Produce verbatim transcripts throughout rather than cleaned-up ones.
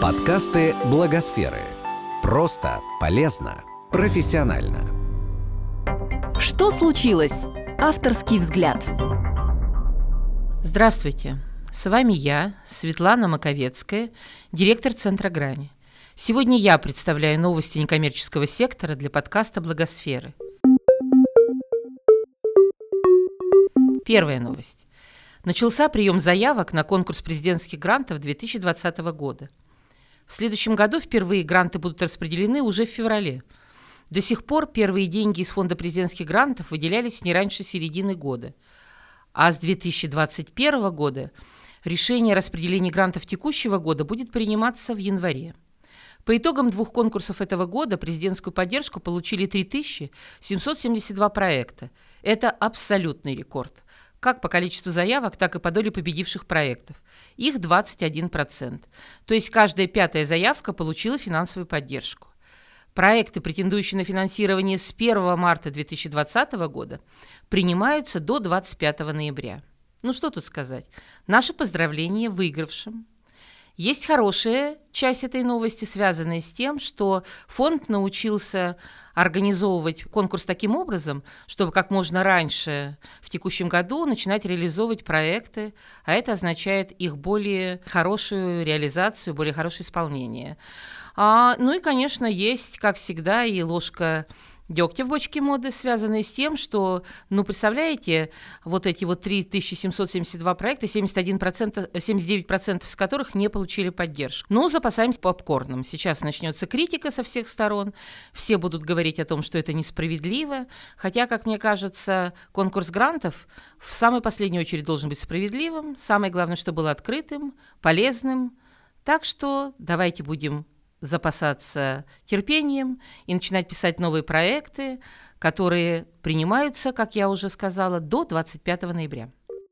Подкасты Благосферы. Просто, полезно, профессионально. Что случилось? Авторский взгляд. Здравствуйте, с вами я, Светлана Маковецкая, директор Центра Грани. Сегодня я представляю новости некоммерческого сектора для подкаста Благосферы. Первая новость. Начался прием заявок на конкурс президентских грантов две тысячи двадцатого года. В следующем году впервые гранты будут распределены уже в феврале. До сих пор первые деньги из фонда президентских грантов выделялись не раньше середины года. А с две тысячи двадцать первого года решение о распределении грантов текущего года будет приниматься в январе. По итогам двух конкурсов этого года президентскую поддержку получили три тысячи семьсот семьдесят два проекта. Это абсолютный рекорд. Как по количеству заявок, так и по доле победивших проектов. Их двадцать один процент. То есть каждая пятая заявка получила финансовую поддержку. Проекты, претендующие на финансирование с первого марта две тысячи двадцатого года, принимаются до двадцать пятого ноября. Ну что тут сказать? Наше поздравление выигравшим. Есть хорошая часть этой новости, связанная с тем, что фонд научился организовывать конкурс таким образом, чтобы как можно раньше в текущем году начинать реализовывать проекты, а это означает их более хорошую реализацию, более хорошее исполнение. А, ну и, конечно, есть, как всегда, и ложка дегтя в бочке моды, связанные с тем, что, ну, представляете, вот эти вот три тысячи семьсот семьдесят два проекта, семьдесят один процент, семьдесят девять процентов из которых не получили поддержку. Ну, запасаемся попкорном. Сейчас начнется критика со всех сторон, все будут говорить о том, что это несправедливо, хотя, как мне кажется, конкурс грантов в самую последнюю очередь должен быть справедливым, самое главное, чтобы был открытым, полезным. Так что давайте будем запасаться терпением и начинать писать новые проекты, которые принимаются, как я уже сказала, до двадцать пятого ноября.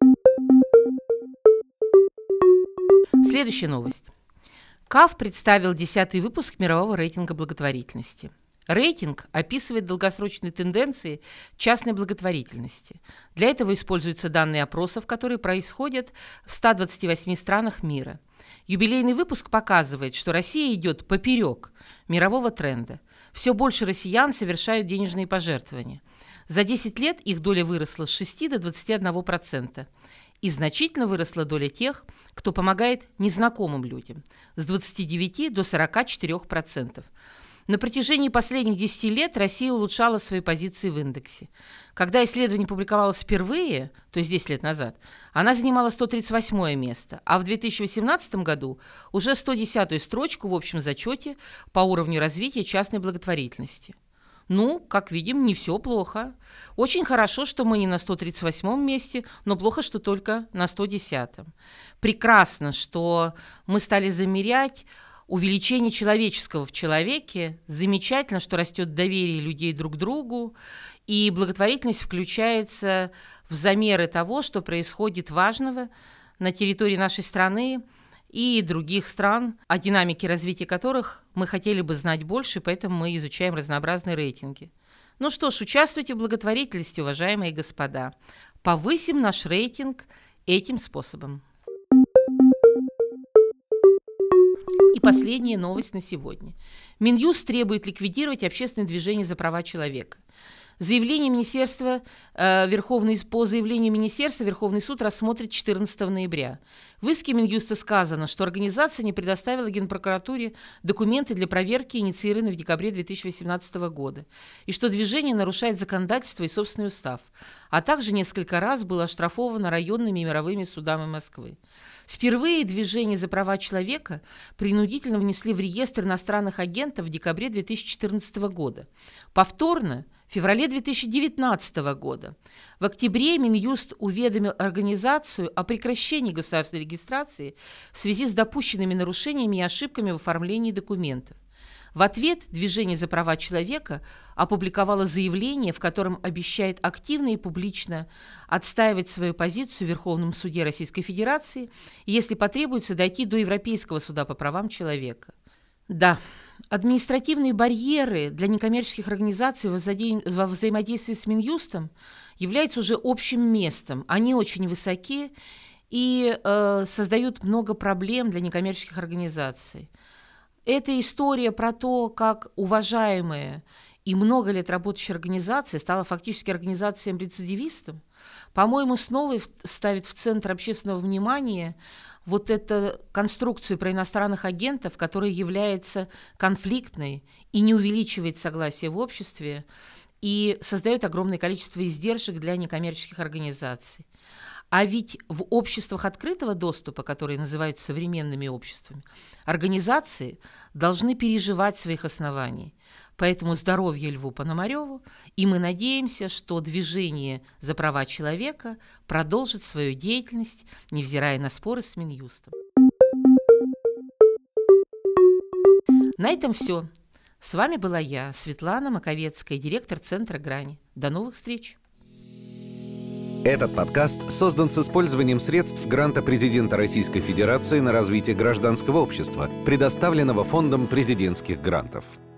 Следующая новость. КАФ представил десятый выпуск мирового рейтинга благотворительности. Рейтинг описывает долгосрочные тенденции частной благотворительности. Для этого используются данные опросов, которые происходят в ста двадцати восьми странах мира. Юбилейный выпуск показывает, что Россия идет поперек мирового тренда. Все больше россиян совершают денежные пожертвования. За десять лет их доля выросла с шести до двадцати одного процента. И значительно выросла доля тех, кто помогает незнакомым людям, с двадцати девяти до сорока четырёх процентов. На протяжении последних десяти лет Россия улучшала свои позиции в индексе. Когда исследование публиковалось впервые, то есть десять лет назад, она занимала сто тридцать восьмое место, а в две тысячи восемнадцатом году уже сто десятую строчку в общем зачете по уровню развития частной благотворительности. Ну, как видим, не все плохо. Очень хорошо, что мы не на сто тридцать восьмом месте, но плохо, что только на сто десятом. Прекрасно, что мы стали замерять увеличение человеческого в человеке. Замечательно, что растет доверие людей друг к другу, и благотворительность включается в замеры того, что происходит важного на территории нашей страны и других стран, о динамике развития которых мы хотели бы знать больше, поэтому мы изучаем разнообразные рейтинги. Ну что ж, участвуйте в благотворительности, уважаемые господа. Повысим наш рейтинг этим способом. И последняя новость на сегодня. Минюст требует ликвидировать общественное движение за права человека. Заявление Министерства, э, Верховный, по заявлению Министерства Верховный суд рассмотрит четырнадцатого ноября. В иске Минюста сказано, что организация не предоставила Генпрокуратуре документы для проверки, инициированной в декабре две тысячи восемнадцатого года, и что движение нарушает законодательство и собственный устав, а также несколько раз было оштрафовано районными и мировыми судами Москвы. Впервые движение за права человека принудительно внесли в реестр иностранных агентов в декабре две тысячи четырнадцатого года. Повторно в феврале две тысячи девятнадцатого года. В октябре Минюст уведомил организацию о прекращении государственной регистрации в связи с допущенными нарушениями и ошибками в оформлении документов. В ответ Движение за права человека опубликовало заявление, в котором обещает активно и публично отстаивать свою позицию в Верховном суде Российской Федерации, если потребуется дойти до Европейского суда по правам человека. Да, административные барьеры для некоммерческих организаций во взаимодействии с Минюстом являются уже общим местом. Они очень высоки и э, создают много проблем для некоммерческих организаций. Это история про то, как уважаемая и много лет работающая организация стала фактически организацией-рецидивистом, по-моему, снова ставит в центр общественного внимания вот эту конструкцию про иностранных агентов, которая является конфликтной и не увеличивает согласие в обществе, и создает огромное количество издержек для некоммерческих организаций. А ведь в обществах открытого доступа, которые называются современными обществами, организации должны переживать своих оснований. Поэтому здоровье Льву Пономареву, и мы надеемся, что движение за права человека продолжит свою деятельность, невзирая на споры с Минюстом. На этом все. С вами была я, Светлана Маковецкая, директор Центра «Грани». До новых встреч! Этот подкаст создан с использованием средств гранта президента Российской Федерации на развитие гражданского общества, предоставленного Фондом президентских грантов.